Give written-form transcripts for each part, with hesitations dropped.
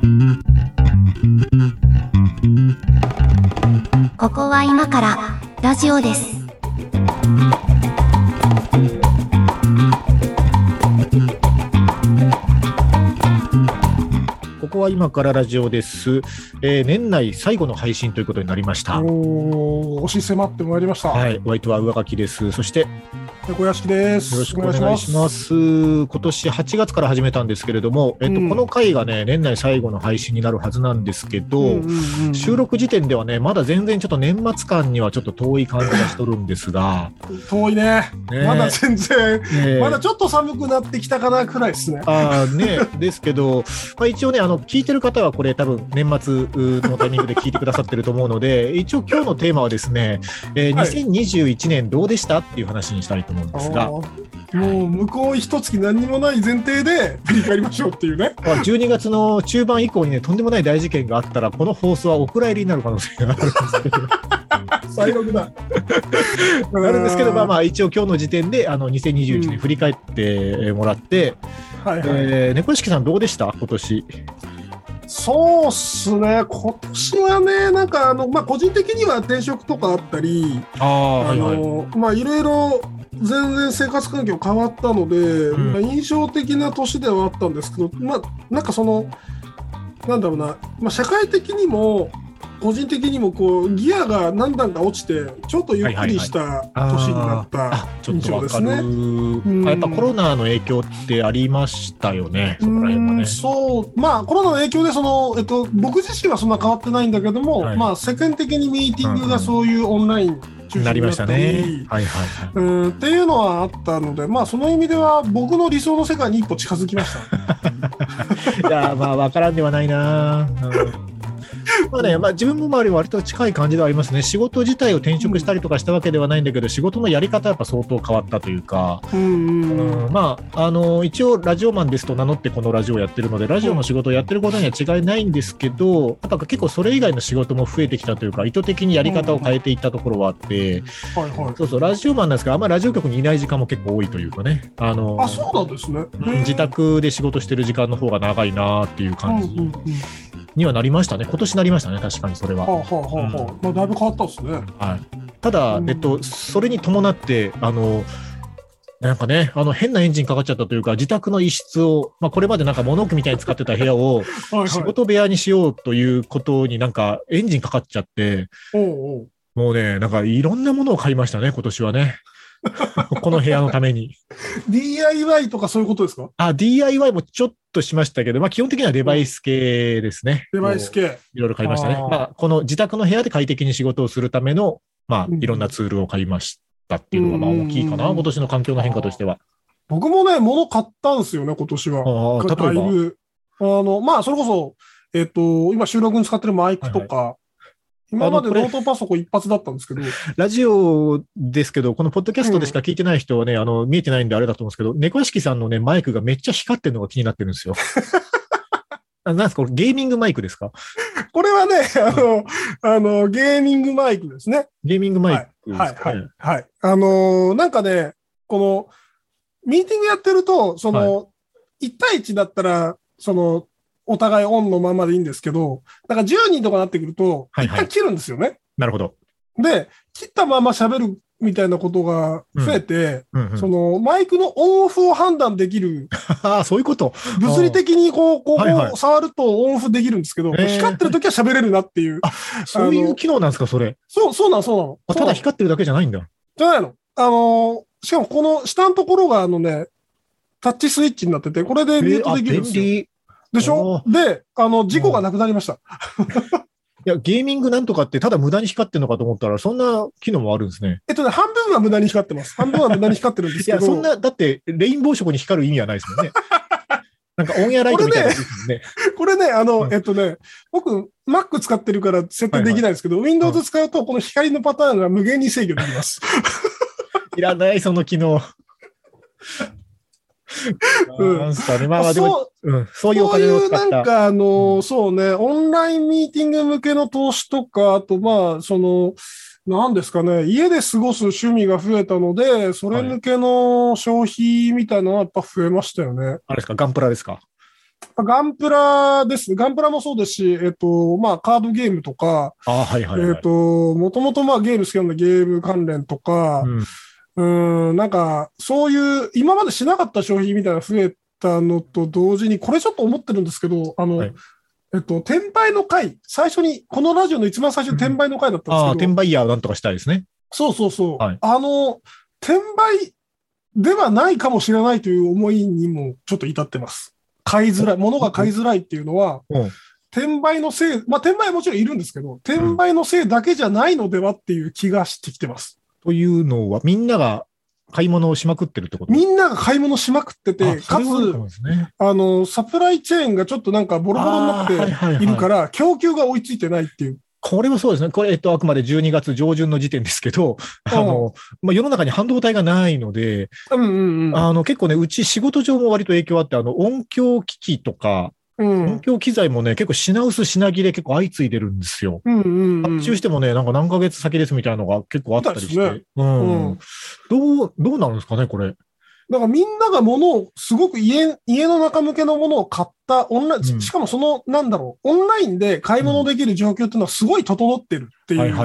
ここは今からラジオです。 ここは今からラジオです。年内最後の配信ということになりました。 押し迫ってまいりました。 はい、お相手は上垣です。そして猫屋敷です。 よろしくお願いします。今年8月から始めたんですけれども、この回がね、年内最後の配信になるはずなんですけど、収録時点ではね、まだ全然ちょっと年末間にはちょっと遠い感じがしとるんですが。 遠いね。まだ全然、まだちょっと寒くなってきたかなくらいですね。 ですけど、一応ね、聞いてる方はこれ多分年末のタイミングで聞いてくださってると思うので、一応今日のテーマはですね、2021年どうでしたっていう話にしたいと思うんですが、 もう向こう一月何にもない前提で振り返りましょうっていうね。 12月の中盤以降にね、とんでもない大事件があったら、この放送はお蔵入りになる可能性があるんですけど最悪だあるんですけど、一応今日の時点で2021年振り返ってもらって、猫屋敷さんどうでした今年？ そうっすね、今年はね、なんか個人的には転職とかあったり、いろいろ全然生活環境変わったので、印象的な年ではあったんですけど、なんかなんだろうな、社会的にも個人的にもこうギアが何段か落ちてちょっとゆっくりした年になった印象ですね。 やっぱコロナの影響ってありましたよね。そこら辺はね。 そう、コロナの影響で僕自身はそんな変わってないんだけども、世間的にミーティングがそういうオンライン中心になったりっていうのはあったので、その意味では僕の理想の世界に一歩近づきました。 いや分からんではないな。自分も周りは割と近い感じではありますね。仕事自体を転職したりとかしたわけではないんだけど、仕事のやり方はやっぱ相当変わったというか、一応ラジオマンですと名乗ってこのラジオをやってるので、ラジオの仕事をやってることには違いないんですけど、やっぱ結構それ以外の仕事も増えてきたというか、意図的にやり方を変えていったところはあって、ラジオマンなんですが、ラジオ局にいない時間も結構多いというかね。 そうなんですね。 自宅で仕事してる時間の方が長いなっていう感じにはなりましたね。今年なりましたね、確かにそれは。 だいぶ変わったですね。 ただ、それに伴って、なんかね、変なエンジンかかっちゃったというか、自宅の一室を、これまでなんか物置みたいに使ってた部屋を仕事部屋にしようということになんかエンジンかかっちゃって、もうね、なんかいろんなものを買いましたね、今年はね。この部屋のために。 DIY とかそういうことですか ？DIY もちょっとしましたけど、基本的にはデバイス系ですね。 デバイス系。 いろいろ買いましたね。この自宅の部屋で快適に仕事をするための、いろんなツールを買いましたっていうのが大きいかな、今年の環境の変化としては。 僕もね、物買ったんですよね、今年は。 例えばそれこそ、今収録に使ってるマイクとか、今までノートパソコン一発だったんですけど。 ラジオですけど、このポッドキャストでしか聞いてない人はね、見えてないんであれだと思うんですけど、猫屋敷さんのね、マイクがめっちゃ光ってるのが気になってるんですよ。なんですか、ゲーミングマイクですか？ これはね、ゲーミングマイクですね。 ゲーミングマイクですかね。 なんかね、この、ミーティングやってると、1対1だったら、お互いオンのままでいいんですけど、だから10人とかなってくると、一回切るんですよね。 なるほど。 で、切ったまま喋るみたいなことが増えて、マイクのオンオフを判断できる。 そういうこと。 物理的に触るとオンオフできるんですけど、光ってるときは喋れるなっていう。 そういう機能なんですか、それ。 そうなの。 ただ光ってるだけじゃないんだ。 じゃないの。しかもこの下のところがタッチスイッチになってて、これでミュートできるんですよ。でしょ？で、事故がなくなりました。 いや、ゲーミングなんとかってただ無駄に光ってるのかと思ったら、そんな機能もあるんですね。 半分は無駄に光ってます。半分は無駄に光ってるんですけど。 いや、そんな、だって、レインボー色に光る意味はないですもんね。なんかオンエアライトみたいなやつですもんね。 これね、僕、Mac 使ってるから設定できないんですけど、Windows 使うと、この光のパターンが無限に制御できます。 いらない、その機能。そういうお金を使った。 なんかそうね、オンラインミーティング向けの投資とか、あとなんですかね、家で過ごす趣味が増えたので、それ向けの消費みたいなのはやっぱ増えましたよね。 あれですか、ガンプラですか？ ガンプラです。ガンプラもそうですし、まあ、カードゲームとか、 はいはいはい。 もともとまあゲーム好きなんでゲーム関連とか、なんか、そういう、今までしなかった消費みたいなのが増えたのと同時に、これちょっと思ってるんですけど、 はい、 転売の回、最初に、このラジオの一番最初に転売の回だったんですけど、 転売ヤーなんとかしたいですね。 そうそうそう。 はい、 転売ではないかもしれないという思いにもちょっと至ってます。買いづらい、物が買いづらいっていうのは、転売のせい、まあ転売はもちろんいるんですけど、転売のせいだけじゃないのではっていう気がしてきてます。 というのは、みんなが買い物をしまくってるってこと？ みんなが買い物しまくってて、かつ、サプライチェーンがちょっとなんかボロボロになっているから、供給が追いついてないっていう。 これもそうですね。これ、あくまで12月上旬の時点ですけど、まあ、世の中に半導体がないので、結構ね、うち仕事上も割と影響あって、音響機器とか、音響機材もね、結構品薄品切れ結構相次いでるんですよ。発注してもね、なんか何ヶ月先ですみたいなのが結構あったりして。どうなるんですかね、これ。 だからみんなが物を、すごく家の中向けのものを買ったオンライン、しかもその、なんだろう、オンラインで買い物できる状況っていうのはすごい整ってるっていう。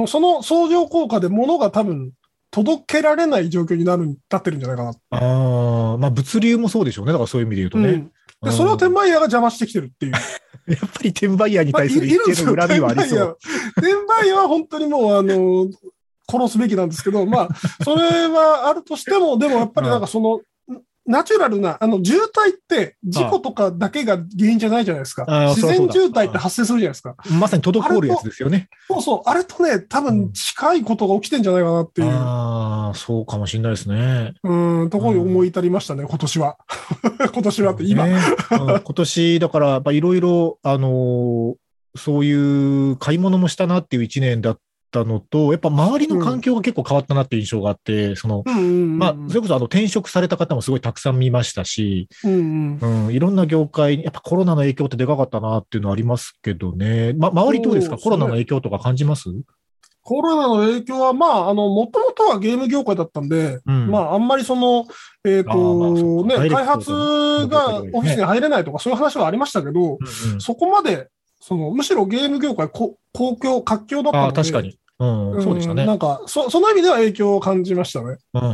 その相乗効果で物が多分届けられない状況になってるんじゃないかな。 まあ物流もそうでしょうね。だからそういう意味で言うとね。 で、それを転売ヤーが邪魔してきてるっていう。 やっぱり転売ヤーに対する一定の恨みはありそう。 転売ヤーは本当にもう、殺すべきなんですけど、まあ、それはあるとしても、でもやっぱりなんかその、ナチュラルな、渋滞って事故とかだけが原因じゃないじゃないですか。自然渋滞って発生するじゃないですか。 まさに滞るやつですよね。 そうそう。あれとね、多分近いことが起きてんじゃないかなっていう。 そうかもしれないですね。 ところに思い至りましたね、今年は。今年はって今。 今年、だから、いろいろ、そういう買い物もしたなっていう一年だったのと、やっぱ周りの環境が結構変わったなっていう印象があって、まあ、それこそ転職された方もすごいたくさん見ましたし、いろんな業界に、やっぱコロナの影響ってでかかったなっていうのはありますけどね。周りどうですか？コロナの影響とか感じます？ コロナの影響は、まあ、もともとはゲーム業界だったんで、まあ、あんまり開発がオフィスに入れないとか、そういう話はありましたけど、そこまで、むしろゲーム業界、活況だったので、 確かに。そうでしたね。 なんか、その意味では影響を感じましたね。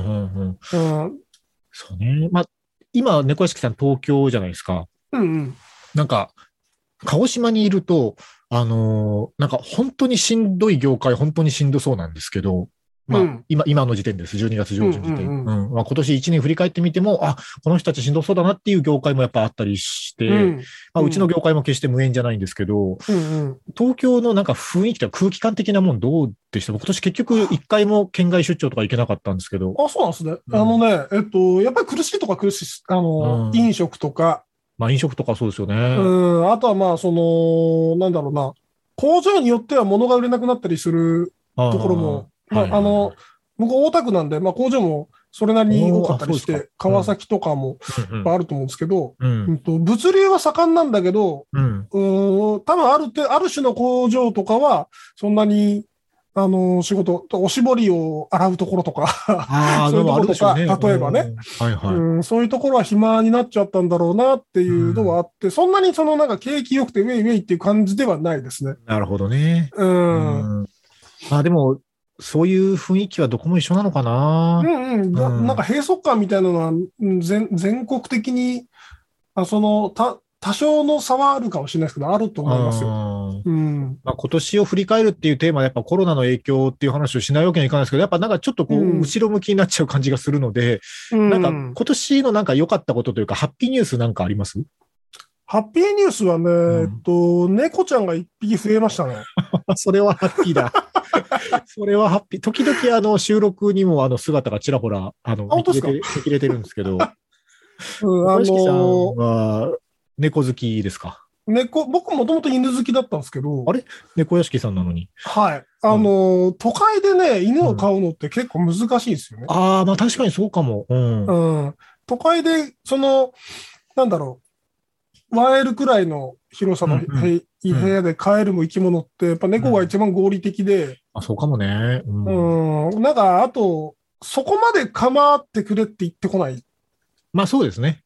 そうね。まあ、今、猫屋敷さん東京じゃないですか。なんか、鹿児島にいると、なんか本当にしんどい業界、本当にしんどそうなんですけど、まあ、今の時点です。12月上旬時点。まあ、今年1年振り返ってみても、この人たちしんどそうだなっていう業界もやっぱあったりして、まあ、うちの業界も決して無縁じゃないんですけど、東京のなんか雰囲気とか空気感的なもんどうでした？今年結局1回も県外出張とか行けなかったんですけど。 そうなんですね。やっぱり苦しいとか苦しい、飲食とか。 まあ飲食とかそうですよね。 あとはまあ、なんだろうな、工場によっては物が売れなくなったりするところも、僕大田区なんで、まあ工場もそれなりに多かったりして、川崎とかもあると思うんですけど、物流は盛んなんだけど、多分ある種の工場とかは、そんなに、仕事、おしぼりを洗うところとか、そういうところとか、例えばね、そういうところは暇になっちゃったんだろうなっていうのはあって、そんなになんか景気良くてウェイウェイっていう感じではないですね。 なるほどね。まあでも、そういう雰囲気はどこも一緒なのかな。 なんか閉塞感みたいなのは、全国的に、多少の差はあるかもしれないですけど、あると思いますよ。 まあ、今年を振り返るっていうテーマはやっぱコロナの影響っていう話をしないわけにいかないですけど、やっぱなんかちょっと後ろ向きになっちゃう感じがするので、なんか今年のなんか良かったことというか、ハッピーニュースなんかあります？ ハッピーニュースはね、猫ちゃんが一匹増えましたね。 それはハッピーだ。それはハッピー。時々収録にも姿がちらほら、見切れてるんですけど。小林さんは猫好きですか？ 僕もともと犬好きだったんですけど。 あれ？猫屋敷さんなのに。 はい。都会でね、犬を飼うのって結構難しいですよね。 まあ確かにそうかも。 都会で、なんだろう、ワンエルくらいの広さの部屋で飼える生き物って、やっぱ猫が一番合理的で。 そうかもね。 なんか、あと、そこまで構ってくれって言ってこない。 まあそうですね。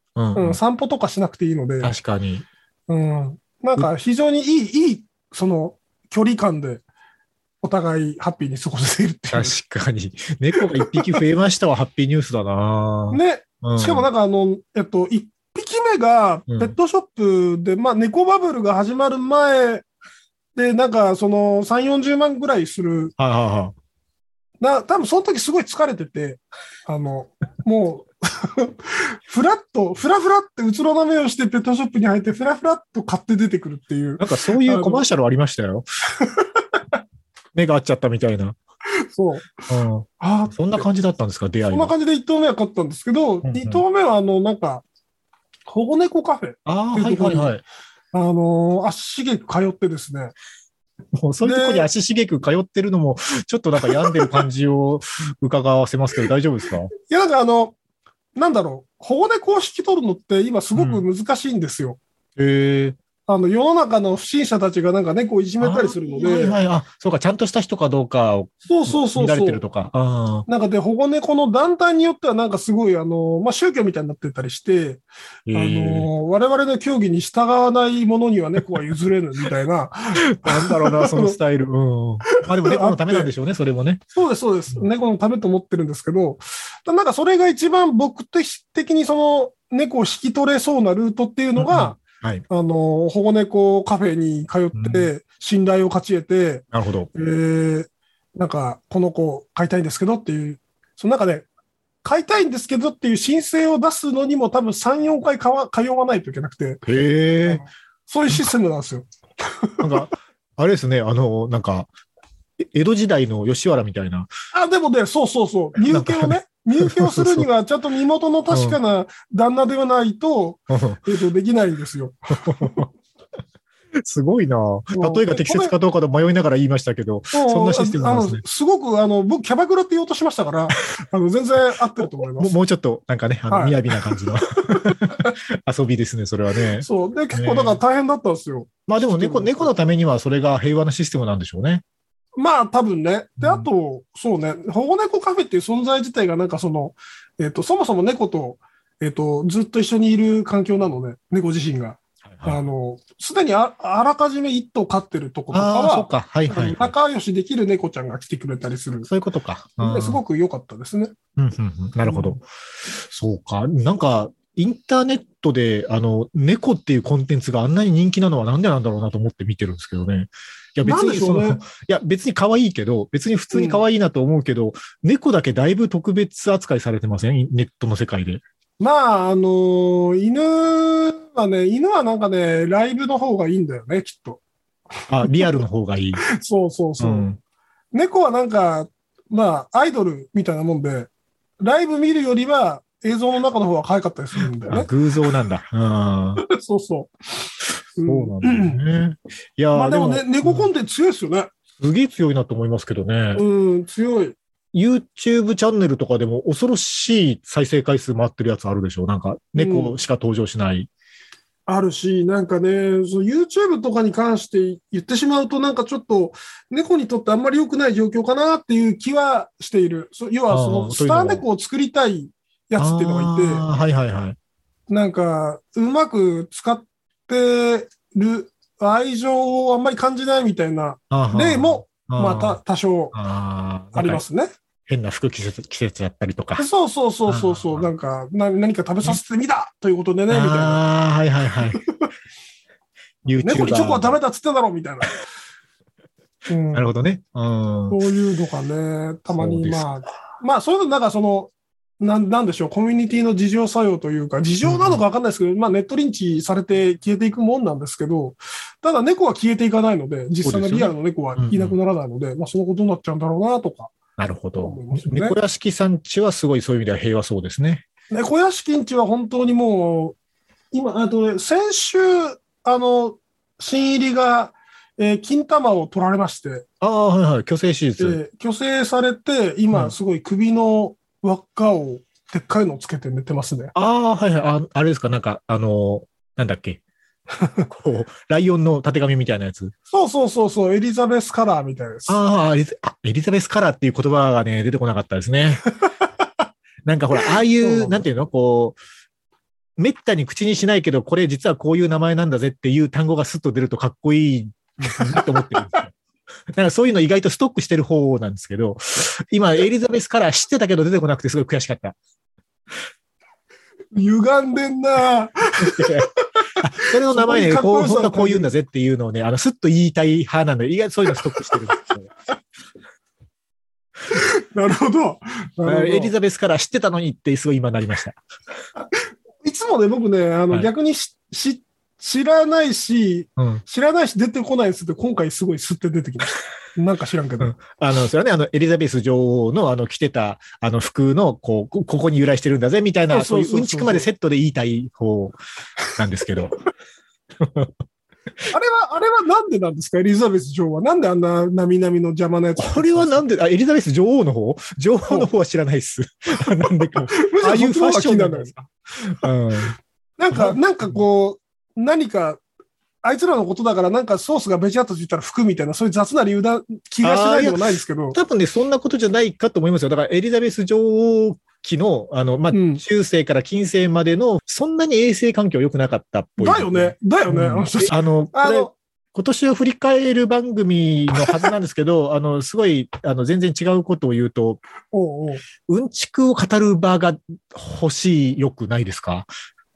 散歩とかしなくていいので。 確かに。 なんか非常にいい、その距離感でお互いハッピーに過ごせるっていう。 確かに。猫が一匹増えましたはハッピーニュースだなね。しかもなんか一匹目がペットショップで、猫バブルが始まる前で、なんかその3、40万ぐらいする。多分その時すごい疲れてて、もう、フラってうつろな目をしてペットショップに入って、フラっと買って出てくるっていう。 なんかそういうコマーシャルありましたよ。目が合っちゃったみたいな。 そう。 そんな感じだったんですか、出会いは。 そんな感じで1頭目は買ったんですけど、2頭目はなんか、保護猫カフェ。 はいはいはい。 足しげく通ってですね。 もうそういうところに足しげく通ってるのも、ちょっとなんか病んでる感じを伺わせますけど、大丈夫ですか？いや、なんかなんだろう、保護猫を引き取るのって今すごく難しいんですよ。世の中の不審者たちがなんか猫をいじめたりするので。 そうか、ちゃんとした人かどうかを見られてるとか。 なんかで、保護猫の団体によってはなんかすごい、宗教みたいになってたりして、我々の教義に従わない者には猫は譲れぬみたいな。 なんだろうな、そのスタイル。でも猫のためなんでしょうね、それもね。 そうです。猫のためと思ってるんですけど、なんかそれが一番僕的にその猫を引き取れそうなルートっていうのが、保護猫カフェに通って、信頼を勝ち得て、 なるほど。 なんか、この子飼いたいんですけどっていう、その中で、飼いたいんですけどっていう申請を出すのにも多分3、4回通わないといけなくて、そういうシステムなんですよ。 なんか、あれですね、なんか、江戸時代の吉原みたいな。 でもね、そう。身請けをね、身請けをするには、ちゃんと身元の確かな旦那ではないと、できないんですよ。 すごいな。例えが適切かどうかで迷いながら言いましたけど、そんなシステムなんですね。 すごく、僕、キャバクラって言おうとしましたから、全然合ってると思います。 もうちょっと、なんかね、雅な感じの遊びですね、それはね。 そう。で、結構、だから大変だったんですよ。 でも猫のためには、それが平和なシステムなんでしょうね。 多分ね。で、あと、そうね、保護猫カフェっていう存在自体がなんかそもそも猫と、ずっと一緒にいる環境なので、猫自身が。すでにあらかじめ一頭飼ってるとことかは、仲良しできる猫ちゃんが来てくれたりする。 そういうことか。 すごく良かったですね。 なるほど。そうか。なんか、インターネットで、猫っていうコンテンツがあんなに人気なのはなんでなんだろうなと思って見てるんですけどね。いや別に別に可愛いけど、別に普通に可愛いなと思うけど、猫だけだいぶ特別扱いされてません？ネットの世界で。 犬はなんかね、ライブの方がいいんだよね、きっと。 リアルの方がいい。 そう。猫はなんか、アイドルみたいなもんで、ライブ見るよりは映像の中の方が可愛かったりするんだよね。 偶像なんだ。 そう。 そうなんだね。いやでもね、猫コンテンツ強いですよね。 すげえ強いなと思いますけどね。 強い。 YouTube チャンネルとかでも恐ろしい再生回数回ってるやつあるでしょ？なんか、猫しか登場しない。 あるし、なんかね、YouTube とかに関して言ってしまうと、なんかちょっと、猫にとってあんまり良くない状況かなっていう気はしている。要は、スター猫を作りたいやつっていうのがいて、なんか、うまく使ってる愛情をあんまり感じないみたいな例も、多少ありますね。 変な服季節やったりとか。 そう。なんか、何か食べさせてみたということでね、みたいな。猫にチョコはダメだっつってんだろ、みたいな。 なるほどね。 そういうのがね、たまにそういうのなんかなんでしょう、コミュニティの自浄作用というか、自浄なのかわかんないですけど、ネットリンチされて消えていくもんなんですけど、ただ猫は消えていかないので、実際のリアルの猫はいなくならないので、そのことになっちゃうんだろうなとか。 なるほど。猫屋敷さんちはすごいそういう意味では平和そうですね。 猫屋敷んちは本当にもう、今、先週、新入りが、金玉を取られまして。 去勢手術。 去勢されて、今すごい首の輪っかをでっかいのをつけて寝てますね。 あれですか、なんか、なんだっけ。ライオンのたてがみみたいなやつ。 そう、エリザベスカラーみたいです。 エリザベスカラーっていう言葉がね、出てこなかったですね。なんかほら、ああいう、なんていうのめったに口にしないけど、これ実はこういう名前なんだぜっていう単語がスッと出るとかっこいいなと思ってるんですよ。だからそういうの意外とストックしてる方なんですけど、今、エリザベスカラー知ってたけど出てこなくてすごい悔しかった。 歪んでんなそれの名前ね、本当はこう言うんだぜっていうのをね、スッと言いたい派なので、意外とそういうのストックしてるんですよ。 なるほど。 エリザベスカラー知ってたのにってすごい今なりました。 いつもね、僕ね、逆に知らないし出てこないですって今回すごい吸って出てきました。なんか知らんけど。 それはね、エリザベス女王の着てた服のここに由来してるんだぜみたいな、そういううんちくまでセットで言いたい方なんですけど。 あれはなんでなんですか？エリザベス女王は。なんであんな並々の邪魔なやつ？ これはなんで、エリザベス女王の方は知らないっす。なんでか。ああいうファッションなんですか？ なんかこう、何か、あいつらのことだからなんかソースがべちゃっとついたら服みたいな、そういう雑な理由だ、気がしないでもないですけど。 多分ね、そんなことじゃないかと思いますよ。だからエリザベス女王期の、中世から近世までの、そんなに衛生環境良くなかったっぽい。 だよね。 今年を振り返る番組のはずなんですけど、すごい、全然違うことを言うと、うんちくを語る場が欲しい、よくないですか？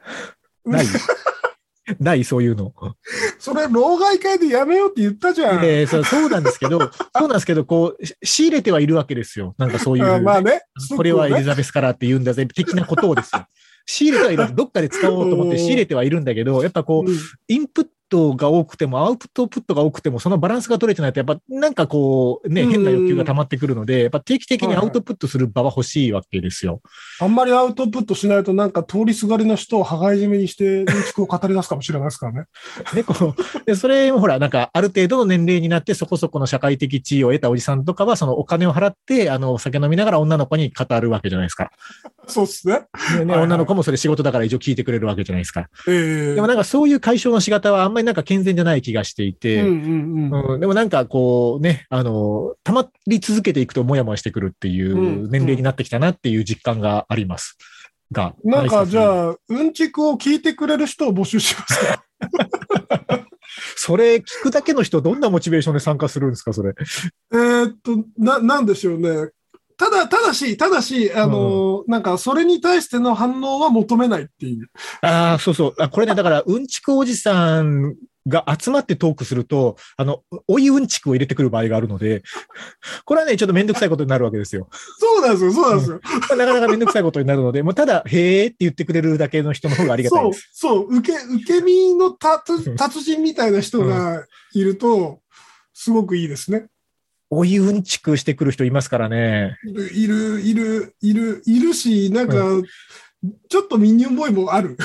ないそういうの。 それ、老害会でやめようって言ったじゃん。 そうなんですけど、こう、仕入れてはいるわけですよ。なんかそういう。 まあね。 これはエリザベスカラーって言うんだぜ、的なことをですよ。仕入れてはいる。どっかで使おうと思って仕入れてはいるんだけど、やっぱこう、インプットが多くても、アウトプットが多くても、そのバランスが取れてないと、やっぱなんかこう、ね、変な欲求が溜まってくるので、やっぱ定期的にアウトプットする場は欲しいわけですよ。 あんまりアウトプットしないと、なんか通りすがりの人を羽交い締めにして、うんちくを語り出すかもしれないですからね。 で、それもほら、なんかある程度の年齢になってそこそこの社会的地位を得たおじさんとかは、そのお金を払って、お酒飲みながら女の子に語るわけじゃないですか。 そうですね。 女の子もそれ仕事だから一応聞いてくれるわけじゃないですか。でもなんかそういう解消の仕方はあんまりなんか健全じゃない気がしていて、でもなんかこうね、溜まり続けていくともやもやしてくるっていう年齢になってきたなっていう実感がありますが。 なんかじゃあ、うんちくを聞いてくれる人を募集しますか？ それ聞くだけの人どんなモチベーションで参加するんですか、それ。 なんでしょうね。ただし、なんか、それに対しての反応は求めないっていう。 そうそう。これね、だから、うんちくおじさんが集まってトークすると、おいうんちくを入れてくる場合があるので、これはね、ちょっとめんどくさいことになるわけですよ。 そうなんですよ。 なかなかめんどくさいことになるので、もうただ、へーって言ってくれるだけの人の方がありがたいです。 そう、受け身の達人みたいな人がいると、すごくいいですね。 おいうんちくしてくる人いますからね。 いるし、なんか、ちょっとミニオンボーイもある。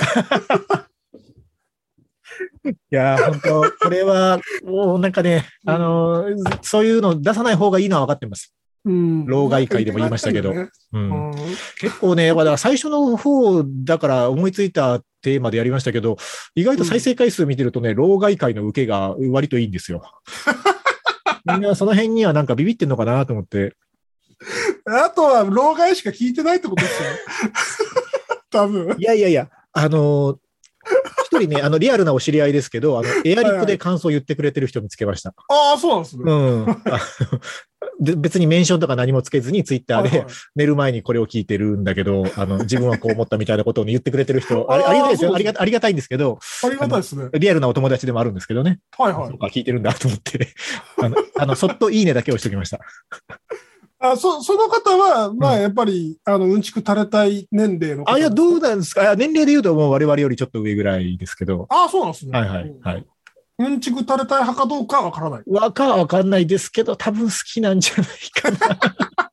いやー、本当これは、もうなんかね、そういうの出さない方がいいのは分かってます。老害会でも言いましたけど。結構ね、だから最初の方だから思いついたテーマでやりましたけど、意外と再生回数見てるとね、老害会の受けが割といいんですよ。みんなその辺にはなんかビビってんのかなと思って。 あとは老害しか聞いてないってことですよ。多分。 いや、一人ね、リアルなお知り合いですけど、エアリップで感想を言ってくれてる人見つけました。 ああ、そうなんですね。別にメンションとか何もつけずにツイッターで寝る前にこれを聞いてるんだけど、自分はこう思ったみたいなことを言ってくれてる人、ありがたいですよ。ありがたいんですけど、 ありがたいですね。 リアルなお友達でもあるんですけどね。そうか、聞いてるんだと思って、そっといいねだけをしておきました。 その方は、まあ、やっぱり、うんちく垂れたい年齢の方。 いや、どうなんですか？年齢で言うともう我々よりちょっと上ぐらいですけど。 そうなんですね。 はい。 うんちく垂れたい派かどうかはわからない。 わかんないですけど、多分好きなんじゃないかな。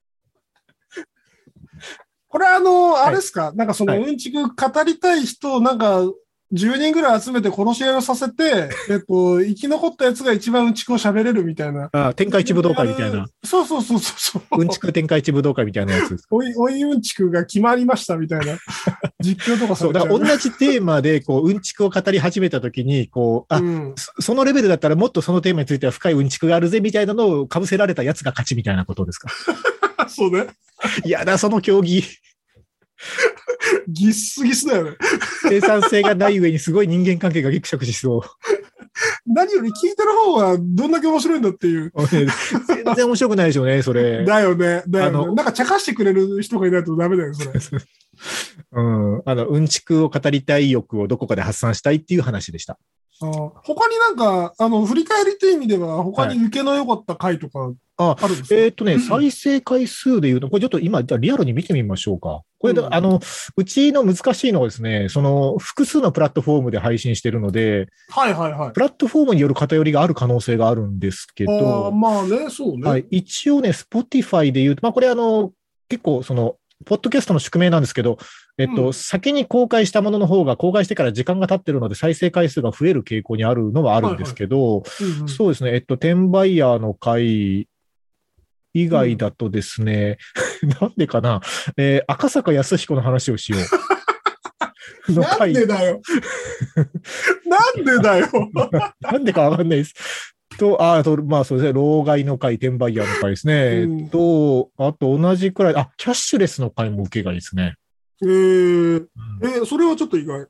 これあれですか？なんかそのうんちく語りたい人をなんか、10人ぐらい集めて殺し合いをさせて、生き残ったやつが一番うんちくを喋れるみたいな。 天下一武道会みたいな。 そう。 うんちく天下一武道会みたいなやつです。 おいうんちくが決まりましたみたいな。実況とかそう、だから同じテーマで、うんちくを語り始めたときに、そのレベルだったらもっとそのテーマについては深いうんちくがあるぜみたいなのを被せられたやつが勝ちみたいなことですか。 そうね。 いやだ、その競技。 ギッスギスだよね。 生産性がない上にすごい人間関係がギクシャクしそう。 何より聞いてる方がどんだけ面白いんだっていう。 全然面白くないでしょうね、それ。 だよね。なんか茶化してくれる人がいないとダメだよ、それ。 うんちくを語りたい欲をどこかで発散したいっていう話でした。 他になんか、振り返りという意味では、他に受けの良かった回とかあるんですか？ 再生回数で言うと、これちょっと今、じゃあリアルに見てみましょうか。これ、うちの難しいのはですね、複数のプラットフォームで配信してるので、 はいはいはい。 プラットフォームによる偏りがある可能性があるんですけど、 まあね、そうね。 はい、一応ね、Spotify で言うと、まあこれ結構ポッドキャストの宿命なんですけど、先に公開したものの方が公開してから時間が経ってるので再生回数が増える傾向にあるのはあるんですけど、そうですね、転売ヤーの回以外だとですね、なんでかな、赤坂康彦の話をしよう。 なんでだよ。なんでだよ。 なんでかわかんないです。まあそうですね、老害の回、転売ヤーの回ですね。あと同じくらい、キャッシュレスの回も受けがいいですね。 それはちょっと意外。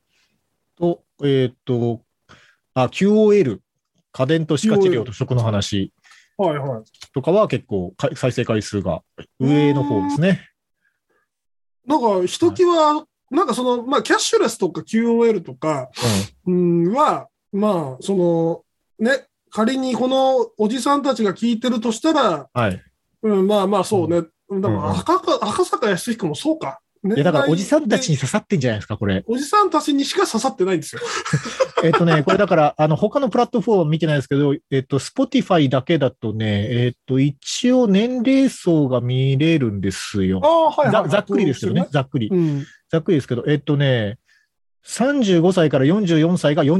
QOL、家電と歯科治療と食の話。 はいはい。 とかは結構再生回数が上の方ですね。 なんか、ひときわ、なんかまあ、キャッシュレスとか QOL とか、は、まあ、ね、仮にこのおじさんたちが聞いてるとしたら、 はい。 まあまあ、そうね。だから赤坂康彦もそうか。 いや、だからおじさんたちに刺さってんじゃないですか、これ。 おじさんたちにしか刺さってないんですよ。 これだから、他のプラットフォームは見てないですけど、Spotify だけだとね、一応年齢層が見れるんですよ。ざっくりですけどね、ざっくり。ざっくりですけど、35歳から44歳が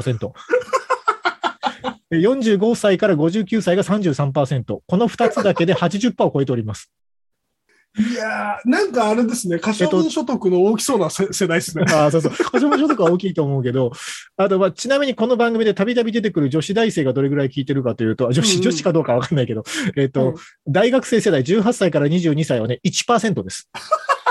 49%。45歳から59歳が 33%。この2つだけで 80% を超えております。 いやー、なんかあれですね、可処分所得の大きそうな世代ですね。 そうそう。可処分所得は大きいと思うけど、ちなみにこの番組でたびたび出てくる女子大生がどれぐらい聞いてるかというと、女子かどうかわかんないけど、大学生世代18歳から22歳はね、1% です。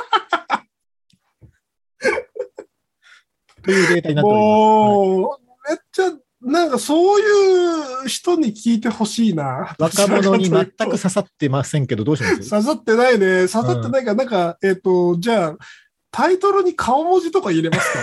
というデータになっております。 もう、めっちゃ、なんかそういう人に聞いてほしいな。 若者に全く刺さってませんけど、どうします？ 刺さってないね。刺さってないから、なんか、じゃあ、タイトルに顔文字とか入れます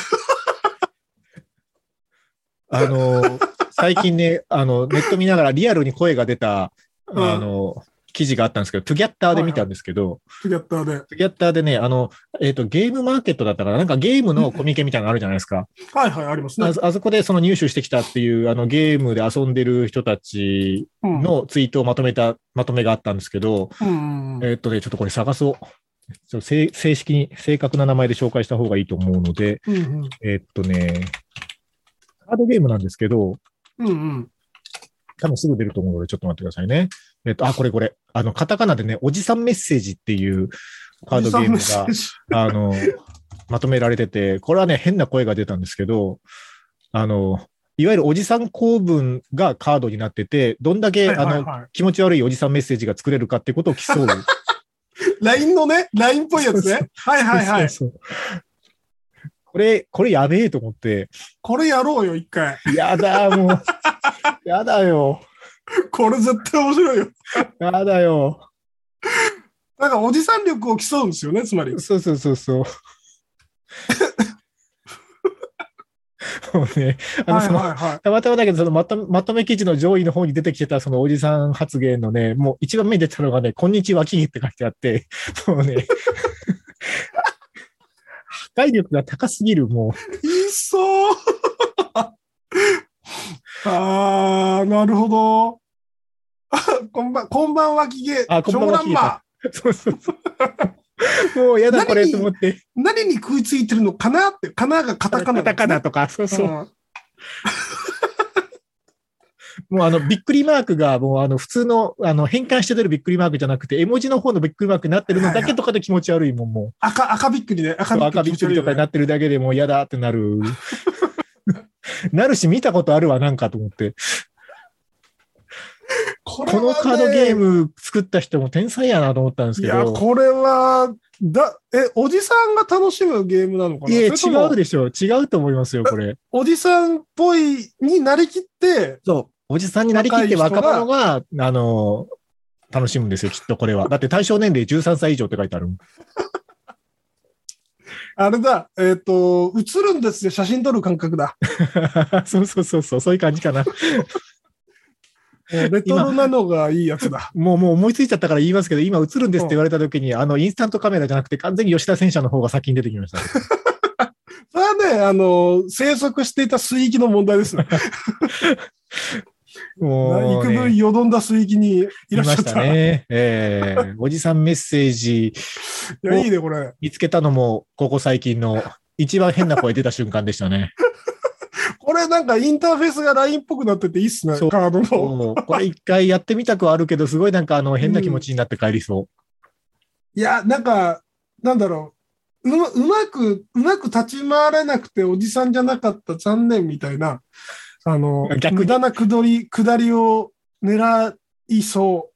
か？最近ね、ネット見ながらリアルに声が出た、記事があったんですけど、トゥギャッターで見たんですけど、 トゥギャッターでね、ゲームマーケットだったから、なんかゲームのコミケみたいなのあるじゃないですか。 はいはい、ありますね。 あそこで入手してきたっていう、ゲームで遊んでる人たちのツイートをまとめがあったんですけど、ちょっとこれ探そう。正式に、正確な名前で紹介した方がいいと思うので、カードゲームなんですけど、多分すぐ出ると思うので、ちょっと待ってくださいね。これ。カタカナでね、おじさんメッセージっていうカードゲームが、まとめられてて、これはね、変な声が出たんですけど、いわゆるおじさん構文がカードになってて、どんだけ、気持ち悪いおじさんメッセージが作れるかっていうことを競う。 LINE のね、LINE っぽいやつね。はいはいはい。 そうこれやべえと思って。 これやろうよ、一回。 やだ、もう。やだよ。 これ絶対面白いよ。 やだよ。 なんかおじさん力を競うんですよね、つまり。 そう。もうね、たまたまだけど、まとめ記事の上位の方に出てきてたそのおじさん発言のね、もう一番目に出てたのがね、こんにちは、キーって書いてあって、もうね、破壊力が高すぎる、もう。 いっそう。なるほど。こんばんは、きげ。 こんばんは、きげ。そう。もうやだ、これと思って。 何に食いついてるのかなって、かながカタカナ、 ね。カタカナとか、そう。もうびっくりマークが、もう普通の、変換して出るびっくりマークじゃなくて、絵文字の方のびっくりマークになってるのだけとかで気持ち悪いもん、もう。 赤びっくりね。 赤びっくりとかになってるだけでもう嫌だってなる。なるし見たことあるわ、なんかと思って。 ここのカードゲーム作った人も天才やなと思ったんですけど。 いや、これは、おじさんが楽しむゲームなのかな。 いや、違うでしょ。違うと思いますよ、これ。 おじさんっぽいになりきって、 そう。おじさんになりきって若者が、楽しむんですよ、きっとこれは。だって対象年齢13歳以上って書いてある。 あれだ、映るんですよ、写真撮る感覚だ。 そうそういう感じかな。 レトロなのがいいやつだ。 もう思いついちゃったから言いますけど、今映るんですって言われた時に、インスタントカメラじゃなくて完全に吉田戦車の方が先に出てきました。 それはね、生息していた水域の問題ですね。もう、幾分よどんだ水域にいらっしゃった。いましたね。おじさんメッセージいや、いいね、これ。 見つけたのも、ここ最近の一番変な声出た瞬間でしたね。 これなんかインターフェースが LINE っぽくなってていいっすね、カードの。 これ一回やってみたくはあるけど、すごいなんか変な気持ちになって帰りそう。 いや、なんか、なんだろう。うまく立ち回れなくておじさんじゃなかった残念みたいな、無駄な下りを狙いそう。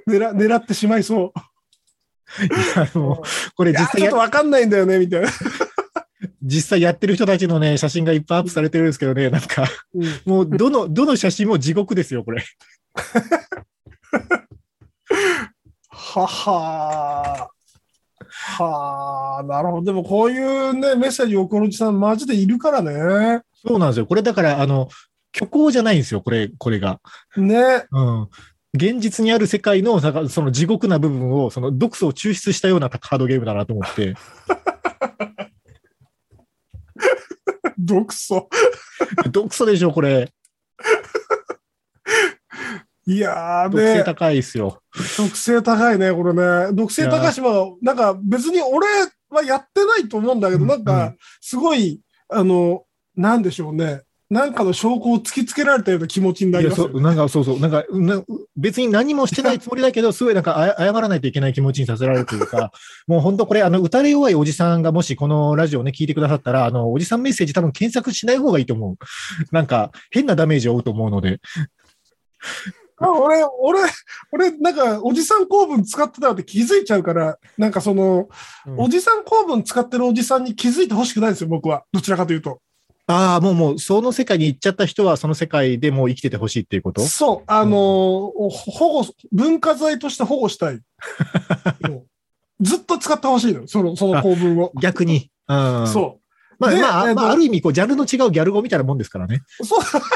狙ってしまいそう。 いや、これ実際ちょっとわかんないんだよね、みたいな。 実際やってる人たちのね、写真がいっぱいアップされてるんですけどね、なんか、もうどの写真も地獄ですよ、これ。 はあ、なるほど。でもこういうね、メッセージを送るおじさん、マジでいるからね。 そうなんですよ。これだから、虚構じゃないんですよ、これが。 ね。 うん。現実にある世界の、その地獄な部分を、その毒素を抽出したようなカードゲームだなと思って。 毒素でしょ、これ。 いやーね。 毒性高いですよ。 毒性高いね、これね。毒性高いし、なんか別に俺はやってないと思うんだけど、なんか、すごい、なんでしょうね。なんかの証拠を突きつけられたような気持ちになりますよ、ね。 なんか別に何もしてないつもりだけど、すごいなんか謝らないといけない気持ちにさせられるというか、もう本当これ、打たれ弱いおじさんがもしこのラジオをね、聞いてくださったら、おじさんメッセージ多分検索しない方がいいと思う。なんか、変なダメージを負うと思うので。 俺、なんか、おじさん構文使ってたって気づいちゃうから、なんかおじさん構文使ってるおじさんに気づいてほしくないんですよ、僕は。どちらかというと。 ああ、もう、その世界に行っちゃった人は、その世界でもう生きててほしいっていうこと？ そう。文化財として保護したい。ずっと使ってほしいの、その構文を。 逆に。 そう。 まあ、ある意味、ジャンルの違うギャル語みたいなもんですからね。 そう。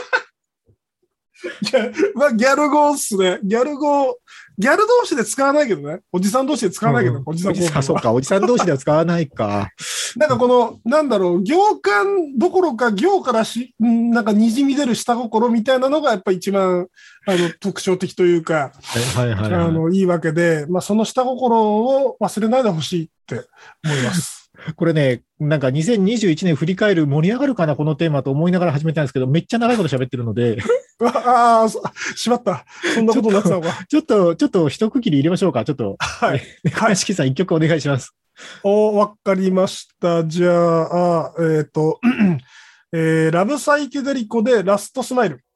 ギャル語っすね。ギャル同士で使わないけどね。おじさん同士で使わないけど、おじさん構文。 そうか、おじさん同士では使わないか。 なんかなんだろう、行間どころか行からなんか滲み出る下心みたいなのがやっぱ一番、特徴的というか、いいわけで、その下心を忘れないでほしいって思います。 これね、なんか2021年振り返る盛り上がるかな、このテーマと思いながら始めたんですけど、めっちゃ長いこと喋ってるので。 しまった。そんなことになってたのか。 ちょっと一区切り入れましょうか。ちょっと。はい。林木さん一曲お願いします。 わかりました。じゃあ、ラブサイケデリコでラストスマイル。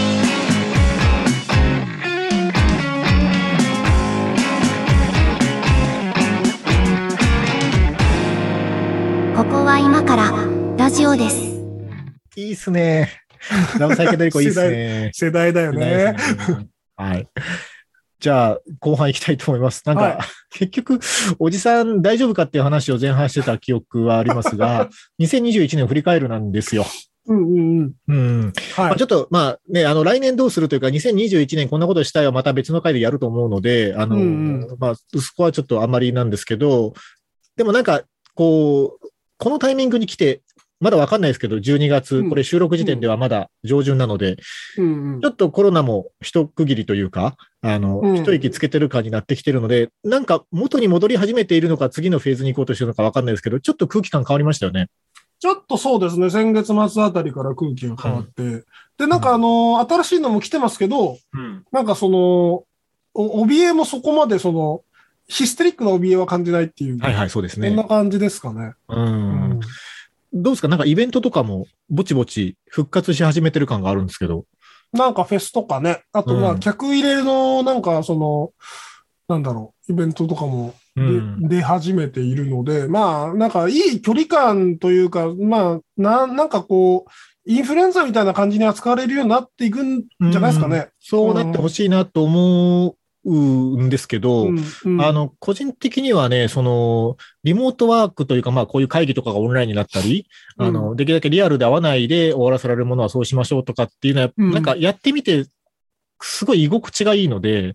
ここは今からラジオです。 いいっすね。ラブサイケデリコいいっすね。 世代だよね。 はい。じゃあ、後半行きたいと思います。なんか、結局、おじさん大丈夫かっていう話を前半してた記憶はありますが、2021年振り返るなんですよ。ちょっと、来年どうするというか、2021年こんなことしたいはまた別の回でやると思うので、そこはちょっとあんまりなんですけど、でもなんか、このタイミングに来て、まだわかんないですけど、12月、これ収録時点ではまだ上旬なので、ちょっとコロナも一区切りというか、一息つけてる感になってきてるので、なんか元に戻り始めているのか、次のフェーズに行こうとしてるのかわかんないですけど、ちょっと空気感変わりましたよね。 ちょっとそうですね、先月末あたりから空気が変わって、で、なんか新しいのも来てますけど、なんか怯えもそこまでヒステリックな怯えは感じないっていう。 そうですね。 こんな感じですかね。 どうですか？なんかイベントとかもぼちぼち復活し始めてる感があるんですけど。 なんかフェスとかね、あとまあ客入れのなんかなんだろう、イベントとかも出始めているので、まあなんかいい距離感というか、まあなんかこう、インフルエンザみたいな感じに扱われるようになっていくんじゃないですかね。 そうなってほしいなと思うんですけど、個人的にはね、リモートワークというか、まあ、こういう会議とかがオンラインになったり、できるだけリアルで会わないで終わらせられるものはそうしましょうとかっていうのは、なんかやってみて、すごい居心地がいいので、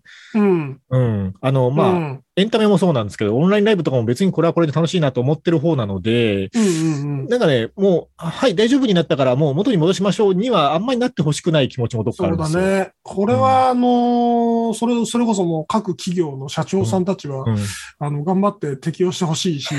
まあ、エンタメもそうなんですけど、オンラインライブとかも別にこれはこれで楽しいなと思ってる方なので、なんかね、もう、はい、大丈夫になったからもう元に戻しましょうにはあんまりなってほしくない気持ちもどっかあるんですよ。 そうだね。これは、それこそもう各企業の社長さんたちは、頑張って適用してほしいし、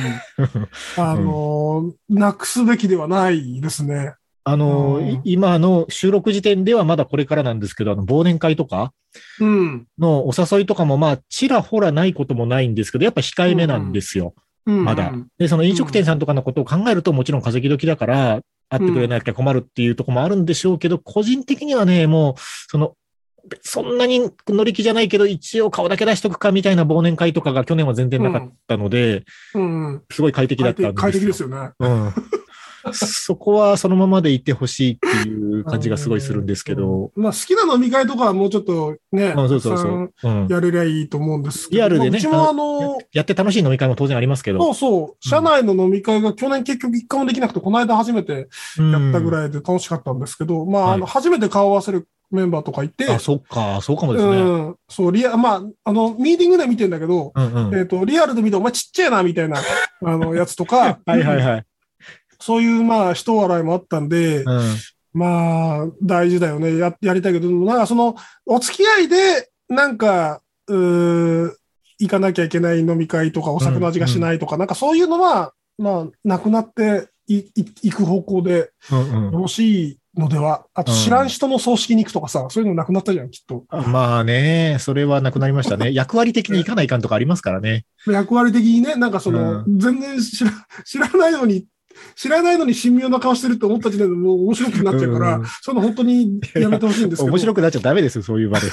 なくすべきではないですね。 今の収録時点ではまだこれからなんですけど、忘年会とかのお誘いとかもまあ、ちらほらないこともないんですけど、やっぱ控えめなんですよ。まだ。で、その飲食店さんとかのことを考えるともちろん稼ぎ時だから、会ってくれなきゃ困るっていうところもあるんでしょうけど、個人的にはね、もう、そんなに乗り気じゃないけど、一応顔だけ出しとくかみたいな忘年会とかが去年は全然なかったので、すごい快適だったんですよ。 快適ですよね。 そこはそのままでいてほしいっていう感じがすごいするんですけど。 まあ好きな飲み会とかはもうちょっとね、やれりゃいいと思うんですけど。 リアルでね、うちもやって楽しい飲み会も当然ありますけど。 そうそう。社内の飲み会が去年結局一回もできなくて、この間初めてやったぐらいで楽しかったんですけど、まあ、初めて顔を合わせるメンバーとかいて。 あ、そっか、そうかもですね。 そう、まあ、ミーティングで見てんだけど、リアルで見てお前ちっちゃいな、みたいな、やつとか。 はいはいはい。 そういう、まあ、人笑いもあったんで、まあ、大事だよね。やりたいけど、なんかお付き合いで、なんか、行かなきゃいけない飲み会とか、お酒の味がしないとか、なんかそういうのは、まあ、なくなっていく方向で、よろしいのでは。あと、知らん人の葬式に行くとかさ、そういうのなくなったじゃん、きっと。 まあね、それはなくなりましたね。役割的に行かないかんとかありますからね。 役割的にね、なんか全然知らないのに神妙な顔してるって思った時点でもう面白くなっちゃうから、そういうの本当にやめてほしいんですけど。 面白くなっちゃダメですよ、そういう場で。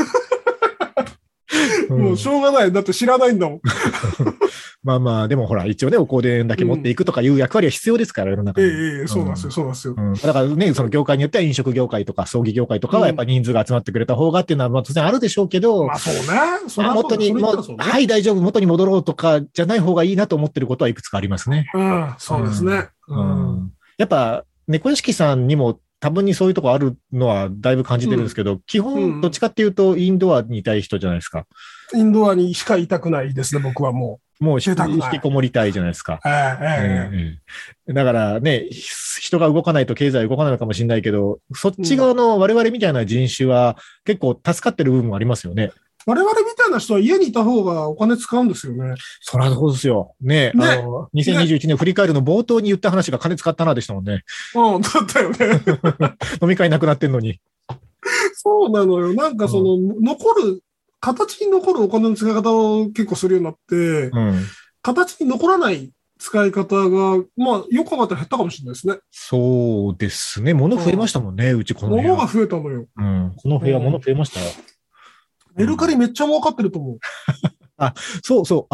もうしょうがない。だって知らないんだもん。 まあまあ、でもほら、一応ね、お香典だけ持っていくとかいう役割は必要ですから、世の中に。 そうなんですよ、そうなんですよ。 だからね、その業界によっては飲食業界とか葬儀業界とかはやっぱ人数が集まってくれた方がっていうのは当然あるでしょうけど、 まあそうね。 元に、はい、大丈夫、元に戻ろうとかじゃない方がいいなと思ってることはいくつかありますね。 そうですね。 やっぱ、猫屋敷さんにも多分にそういうとこあるのはだいぶ感じてるんですけど、基本どっちかっていうとインドアにいたい人じゃないですか。 インドアにしかいたくないですね、僕はもう。 もう引きこもりたいじゃないですか。だからね、人が動かないと経済動かないのかもしれないけど、そっち側の我々みたいな人種は結構助かってる部分もありますよね。 我々みたいな人は家にいた方がお金使うんですよね。 そりゃそうですよ。ね、2021年振り返るの冒頭に言った話が金使ったなでしたもんね。 だったよね。 飲み会なくなってんのに。 そうなのよ。なんか形に残るお金の使い方を結構するようになって、形に残らない使い方が、まあ、よく考えたら減ったかもしれないですね。 そうですね。物増えましたもんね、うちこの部屋。 物が増えたのよ。 この部屋、物増えましたよ。 メルカリめっちゃ儲かってると思う。 そうそう。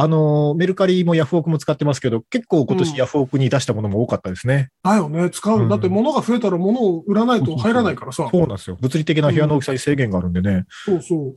メルカリもヤフオクも使ってますけど、結構今年ヤフオクに出したものも多かったですね。 だよね。使う。だって物が増えたら物を売らないと入らないからさ。 そうなんですよ。物理的な部屋の大きさに制限があるんでね。 そうそう。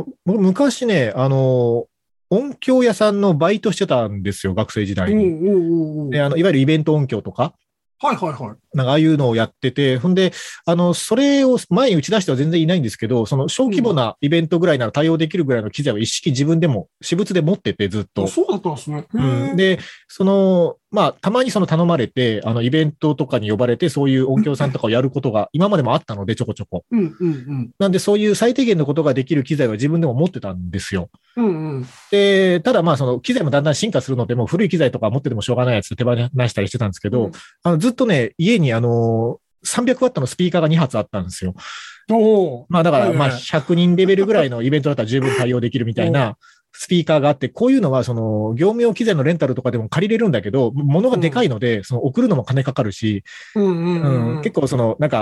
昔ね、音響屋さんのバイトしてたんですよ、学生時代に。で、いわゆるイベント音響とか。 はいはいはい。 なんかああいうのをやってて、ほんで、それを前に打ち出しては全然いないんですけど、その小規模なイベントぐらいなら対応できるぐらいの機材を一式自分でも私物で持っててずっと。 そうだったんですね。 で、まあ、たまに頼まれて、イベントとかに呼ばれて、そういう音響さんとかをやることが今までもあったので、ちょこちょこ。なんで、そういう最低限のことができる機材は自分でも持ってたんですよ。で、ただまあ、機材もだんだん進化するので、もう古い機材とか持っててもしょうがないやつ手放したりしてたんですけど、ずっとね、家に300ワットのスピーカーが2発あったんですよ。まあだから、まあ100人レベルぐらいのイベントだったら十分対応できるみたいなスピーカーがあって、こういうのは業務用機材のレンタルとかでも借りれるんだけど、物がでかいので、送るのも金かかるし、結構なんか、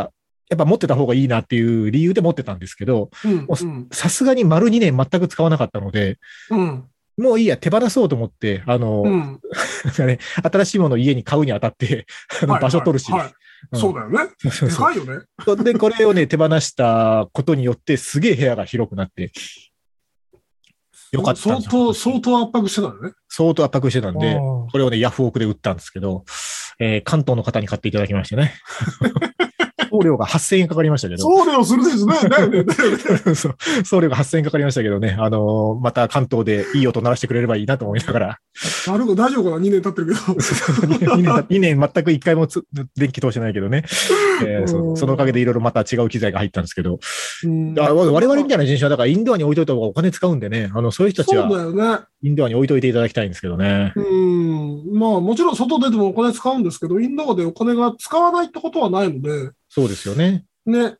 やっぱ持ってた方がいいなっていう理由で持ってたんですけど、さすがに丸2年全く使わなかったので、もういいや、手放そうと思って、新しいものを家に買うにあたって、場所取るし。 そうだよね。でかいよね。 で、これをね、手放したことによって、すげえ部屋が広くなって、よかった。相当圧迫してたんね。 相当圧迫してたんで、これをね、ヤフオクで売ったんですけど、関東の方に買っていただきましてね。送料が8000円かかりましたけど。 送料するですね。だよね。 送料が8000円かかりましたけどね。また関東でいい音鳴らしてくれればいいなと思いながら。 なるほど、大丈夫かな ?2 年経ってるけど。 2年全く1回も電気通してないけどね。そのおかげでいろいろまた違う機材が入ったんですけど。我々みたいな人種は、だからインドアに置いといた方がお金使うんでね。そういう人たちは、インドアに置いといていただきたいんですけどね。 まあもちろん外出てもお金使うんですけど、インドアでお金が使わないってことはないので。 そうですよね。 ね。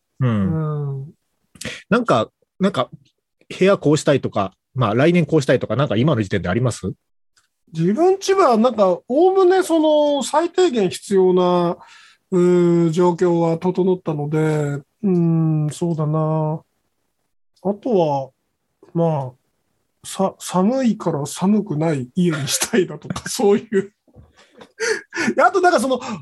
なんか、部屋こうしたいとか、まあ来年こうしたいとか、なんか今の時点であります？ 自分ちは、なんか、おおむねその最低限必要な、状況は整ったので、そうだな。あとは、まあ、寒いから寒くない家にしたいだとか、そういう。あと、なんか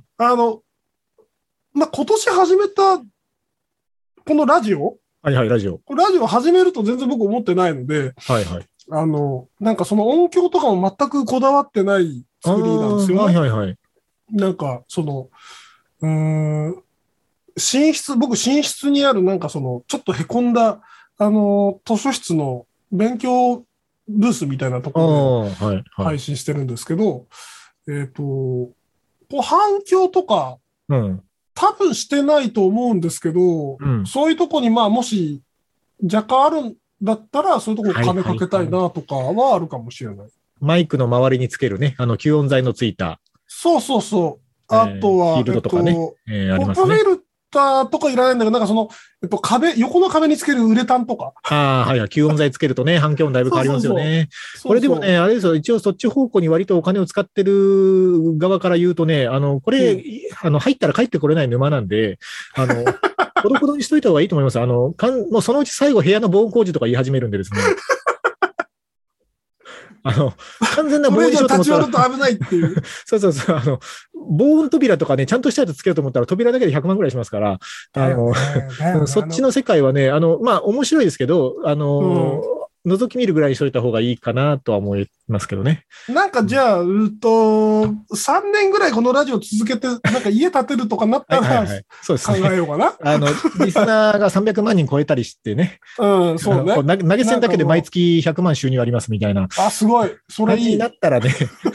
まあ、今年始めた、このラジオラジオ。 ラジオ始めると全然僕思ってないので、なんかその音響とかも全くこだわってない作りなんですよね。なんか、僕寝室にあるなんかちょっと凹んだ、図書室の勉強ブースみたいなところで配信してるんですけど、反響とか、多分してないと思うんですけど、そういうとこにまあもし若干あるんだったら、そういうとこ金かけたいなとかはあるかもしれない。 マイクの周りにつけるね、吸音材のついた。 そうそうそう。あとは、 フィールドとかね。ありますね。 フィルターとかいらないんだけど、なんか横の壁につけるウレタンとか。 吸音材つけるとね、反響音だいぶ変わりますよね。これでもね、あれですよ、一応そっち方向に割とお金を使ってる側から言うとね、これ、入ったら帰ってこれない沼なんで、ほどほどにしといた方がいいと思います。もうそのうち最後部屋の防音工事とか言い始めるんでですね。完全な防音にしようと思ったら。 立ち寄ると危ないっていう。 そう。防音扉とかね、ちゃんとしたやつつけようと思ったら扉だけで100万ぐらいしますから、そっちの世界はね、まあ、面白いですけど、覗き見るぐらいにしといた方がいいかなとは思いますけどね。 なんかじゃあ、3年ぐらいこのラジオ続けて、なんか家建てるとかなったら、考えようかな。 リスナーが300万人超えたりしてね。 そうね。 投げ銭だけで毎月100万収入ありますみたいな。 すごい。それいい。 になったらね、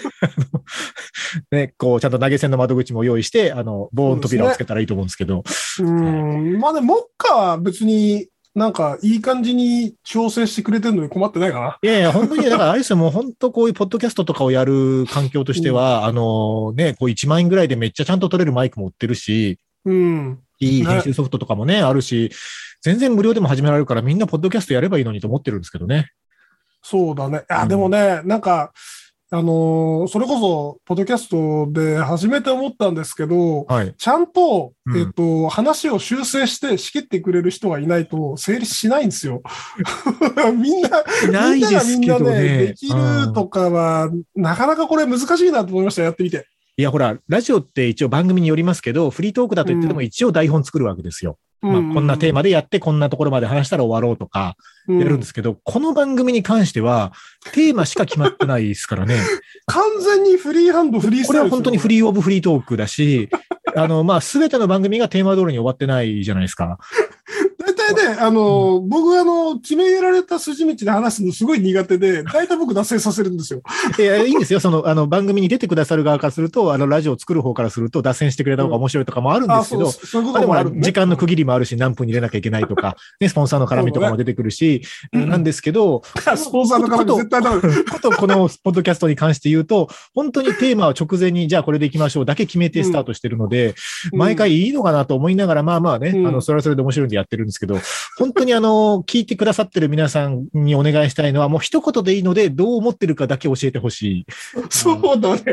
ね、こう、ちゃんと投げ銭の窓口も用意して、防音扉をつけたらいいと思うんですけど。 まあね、目下は別に、なんか、いい感じに調整してくれてるのに困ってないかな。 いや、本当に、だから、あれですよ、もう本当こういうポッドキャストとかをやる環境としては、こう1万円ぐらいでめっちゃちゃんと取れるマイクも売ってるし、いい編集ソフトとかもね、あるし、全然無料でも始められるから、みんなポッドキャストやればいいのにと思ってるんですけどね。 そうだね。でもね、なんか、それこそ、ポッドキャストで初めて思ったんですけど、ちゃんと、話を修正して仕切ってくれる人がいないと成立しないんですよ。みんながみんなね、できるとかは、なかなかこれ難しいなと思いました、やってみて。 いや、ほら、ラジオって一応番組によりますけど、フリートークだと言っても一応台本作るわけですよ。まあ、こんなテーマでやって、こんなところまで話したら終わろうとか、やるんですけど、この番組に関しては、テーマしか決まってないですからね。 完全にフリーハンド、フリースタイル。 これは本当にフリーオブフリートークだし、まあ、すべての番組がテーマ通りに終わってないじゃないですか。 大体ね、僕決められた筋道で話すのすごい苦手で、大体僕脱線させるんですよ。 いや、いいんですよ。番組に出てくださる側からすると、ラジオを作る方からすると、脱線してくれた方が面白いとかもあるんですけど、でも時間の区切りもあるし、何分に入れなきゃいけないとか、ね、スポンサーの絡みとかも出てくるし、なんですけど、 スポンサーの絡み絶対ダメ。 このポッドキャストに関して言うと、本当にテーマを直前に、じゃあこれでいきましょうだけ決めてスタートしてるので、毎回いいのかなと思いながら、まあまあね、それはそれで面白いんでやってるんですけど、本当に聞いてくださってる皆さんにお願いしたいのは、もう一言でいいので、どう思ってるかだけ教えてほしい。 そうだね。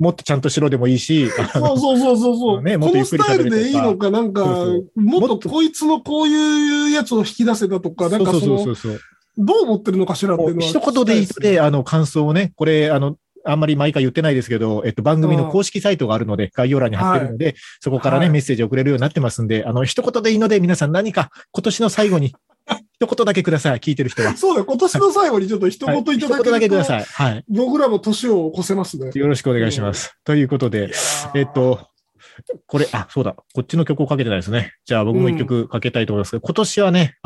もっとちゃんとしろでもいいし、 そう。 ね、 このスタイルでいいのか、なんか、もっとこいつのこういうやつを引き出せたとか、なんかどう思ってるのかしらっていうのは。 一言でいいので、感想をね、これ、あんまり毎回言ってないですけど、番組の公式サイトがあるので、概要欄に貼ってるので、そこからね、メッセージ送れるようになってますんで、一言でいいので、皆さん何か今年の最後に、一言だけください、聞いてる人は。 そうだ、今年の最後にちょっと一言いただけると、 一言だけください。はい。 僕らも年を越せますね。 よろしくお願いします。ということで、これ、そうだ、こっちの曲をかけてないですね。じゃあ僕も一曲かけたいと思いますけど、今年はね、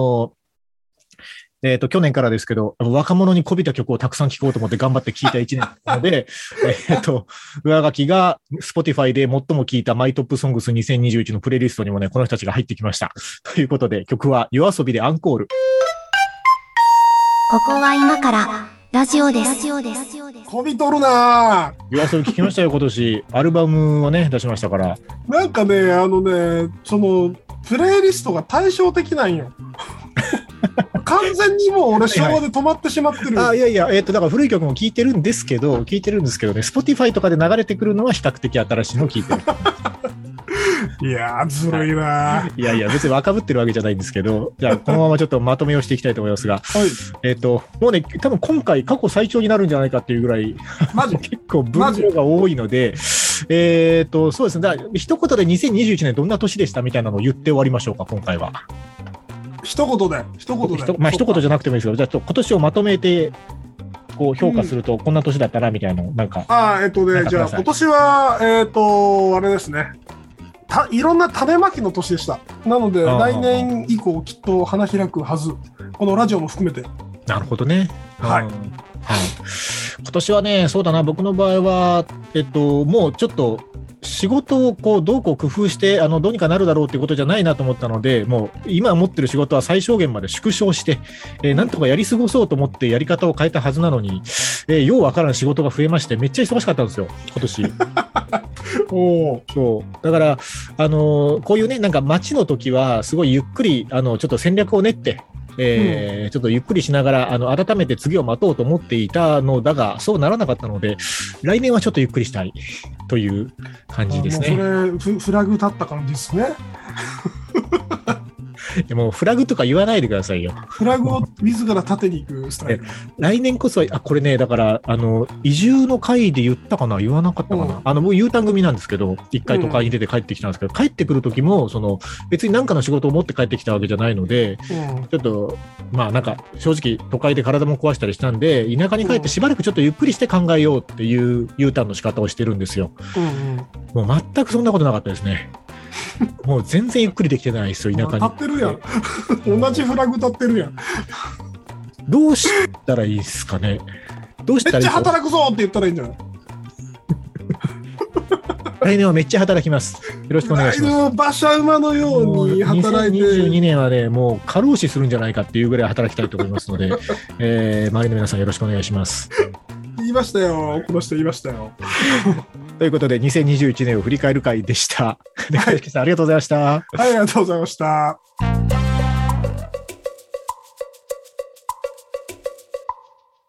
去年からですけど、若者に媚びた曲をたくさん聴こうと思って頑張って聴いた1年なので、上書きが Spotify で最も聴いたマイトップソングス2021のプレイリストにもね、この人たちが入ってきました。ということで、曲は夜遊びでアンコール。 ここは今からラジオです。 こびとるなぁ。 夜遊び聴きましたよ、今年。アルバムをね、出しましたから。 なんかね、プレイリストが対照的なんよ。完全にもう俺昭和で止まってしまってる。 だから古い曲も聴いてるんですけどね、Spotify とかで流れてくるのは比較的新しいのを聴いてる。 いやー、ずるいな。 いや、別に若ぶってるわけじゃないんですけど、じゃあ、このままちょっとまとめをしていきたいと思いますが、はい、もうね、多分今回過去最長になるんじゃないかっていうぐらい、結構分量が多いので、そうですね、だから一言で2021年どんな年でしたみたいなのを言って終わりましょうか、今回は。 一言で。 一言じゃなくてもいいですけど、じゃあ今年をまとめて、こう評価すると、こんな年だったな、みたいなの、なんか。 じゃあ今年は、あれですね。いろんな種まきの年でした。なので、来年以降きっと花開くはず。このラジオも含めて。 なるほどね。 はい。 今年はね、そうだな、僕の場合は、もうちょっと、仕事をどう工夫してどうにかなるだろうっていうことじゃないなと思ったので、もう今持ってる仕事は最小限まで縮小して、なんとかやり過ごそうと思ってやり方を変えたはずなのに、ようわからん仕事が増えまして、めっちゃ忙しかったんですよ、今年。そうだからこういうね、なんか待ちの時はすごいゆっくりちょっと戦略を練って、ちょっとゆっくりしながら改めて次を待とうと思っていたのだが、そうならなかったので、来年はちょっとゆっくりしたいという感じですね。 もうそれフラグ立った感じですね。 でもフラグとか言わないでくださいよ。 フラグを自ら立てに行くスタイル。 来年こそは、これね、だから移住の回で言ったかな、言わなかったかな。僕 U ターン組なんですけど、一回都会に出て帰ってきたんですけど、帰ってくる時も別に何かの仕事を持って帰ってきたわけじゃないので、ちょっとなんか正直都会で体も壊したりしたんで、田舎に帰ってしばらくちょっとゆっくりして考えようっていう U ターンの仕方をしてるんですよ。もう全くそんなことなかったですね。もう全然ゆっくりできてないですよ、田舎に。 立ってるやん。同じフラグ立ってるやん。 どうしたらいいですかね。めっちゃ働くぞって言ったらいいんじゃない？ 来年はめっちゃ働きます。よろしくお願いします。 来年は馬車馬のように働いて。 2022年はね、もう過労死するんじゃないかっていうぐらい働きたいと思いますので、周りの皆さんよろしくお願いします。 言いましたよ。この人言いましたよ。 ということで、2021年を振り返る回でした。中敷さん、ありがとうございました。 はい、ありがとうございました。